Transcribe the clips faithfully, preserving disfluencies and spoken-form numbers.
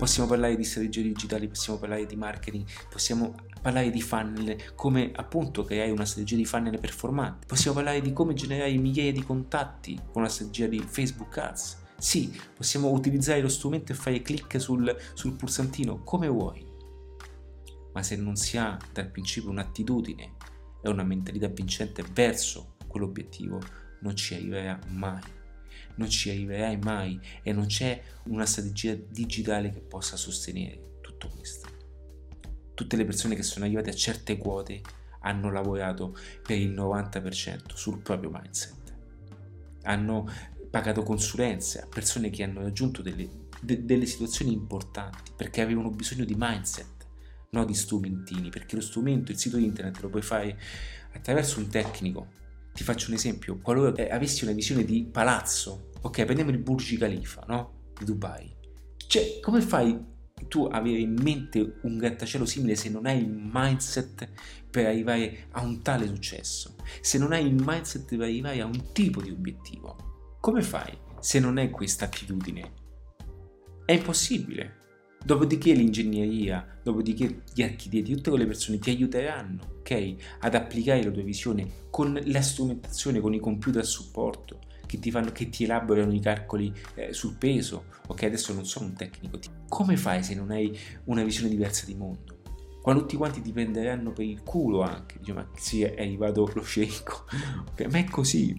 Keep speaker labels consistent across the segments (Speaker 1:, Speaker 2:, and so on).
Speaker 1: possiamo parlare di strategie digitali, possiamo parlare di marketing, possiamo parlare di funnel, come appunto creare una strategia di funnel performante, possiamo parlare di come generare migliaia di contatti con una strategia di Facebook Ads. Sì, possiamo utilizzare lo strumento e fare clic sul, sul pulsantino, come vuoi. Ma se non si ha dal principio un'attitudine e una mentalità vincente verso quell'obiettivo, non ci arriverà mai. Non ci arriverai mai e non c'è una strategia digitale che possa sostenere tutto questo. Tutte le persone che sono arrivate a certe quote hanno lavorato per il novanta per cento sul proprio mindset. Hanno pagato consulenze a persone che hanno raggiunto delle, de, delle situazioni importanti perché avevano bisogno di mindset, non di strumentini, perché lo strumento, il sito internet lo puoi fare attraverso un tecnico. Ti faccio un esempio: qualora eh, avessi una visione di palazzo, ok, prendiamo il Burj Khalifa, no? Di Dubai. Cioè, come fai tu a avere in mente un grattacielo simile se non hai il mindset per arrivare a un tale successo? Se non hai il mindset per arrivare a un tipo di obiettivo? Come fai se non hai questa attitudine? È impossibile. Dopodiché l'ingegneria, dopodiché gli architetti, tutte quelle persone ti aiuteranno, ok, ad applicare la tua visione con la strumentazione, con i computer a supporto che ti fanno, che ti elaborano i calcoli eh, sul peso. Ok, adesso non sono un tecnico. Come fai se non hai una visione diversa di mondo? Quando tutti quanti ti prenderanno per il culo anche, dici, ma sì, è arrivato lo sceicco, okay, ma è così.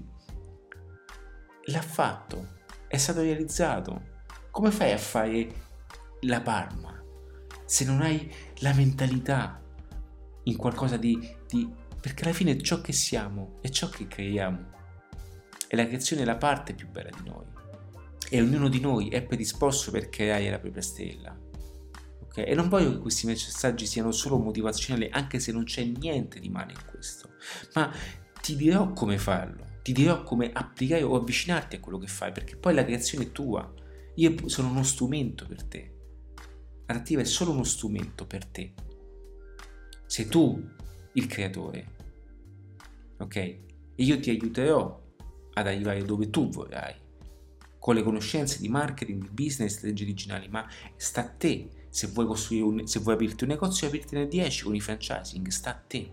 Speaker 1: L'ha fatto, è stato realizzato. Come fai a fare la Parma se non hai la mentalità in qualcosa di, di perché alla fine ciò che siamo è ciò che creiamo, e la creazione è la parte più bella di noi e ognuno di noi è predisposto per creare la propria stella, ok? E non voglio che questi messaggi siano solo motivazionali, anche se non c'è niente di male in questo, ma ti dirò come farlo, ti dirò come applicare o avvicinarti a quello che fai, perché poi la creazione è tua. Io sono uno strumento per te. Adattiva è solo uno strumento per te. Sei tu il creatore, ok? E io ti aiuterò ad arrivare dove tu vorrai, con le conoscenze di marketing, di business, strategie digitali, ma sta a te. Se vuoi costruire un, se vuoi aprirti un negozio, aprirtene dieci con i franchising, sta a te.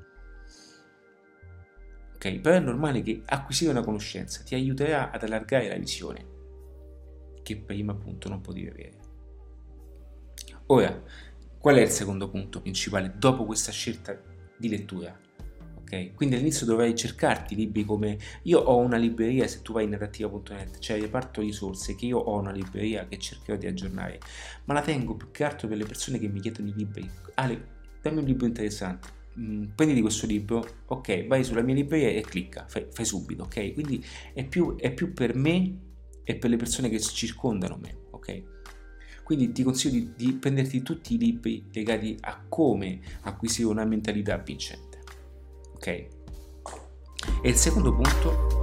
Speaker 1: Ok? Però è normale che acquisire una conoscenza ti aiuterà ad allargare la visione che prima appunto non potevi avere. Ora, qual è il secondo punto principale dopo questa scelta di lettura? Okay? Quindi all'inizio dovrai cercarti libri come io ho una libreria, se tu vai in adattiva punto net c'è il reparto risorse, che io ho una libreria che cercherò di aggiornare, ma la tengo più che altro per le persone che mi chiedono i libri. Ale, dammi un libro interessante, mm, prenditi questo libro, ok, vai sulla mia libreria e clicca, fai, fai subito, ok? Quindi è più, è più per me e per le persone che circondano me, ok? Quindi ti consiglio di, di prenderti tutti i libri legati a come acquisire una mentalità vincente. Ok? E il secondo punto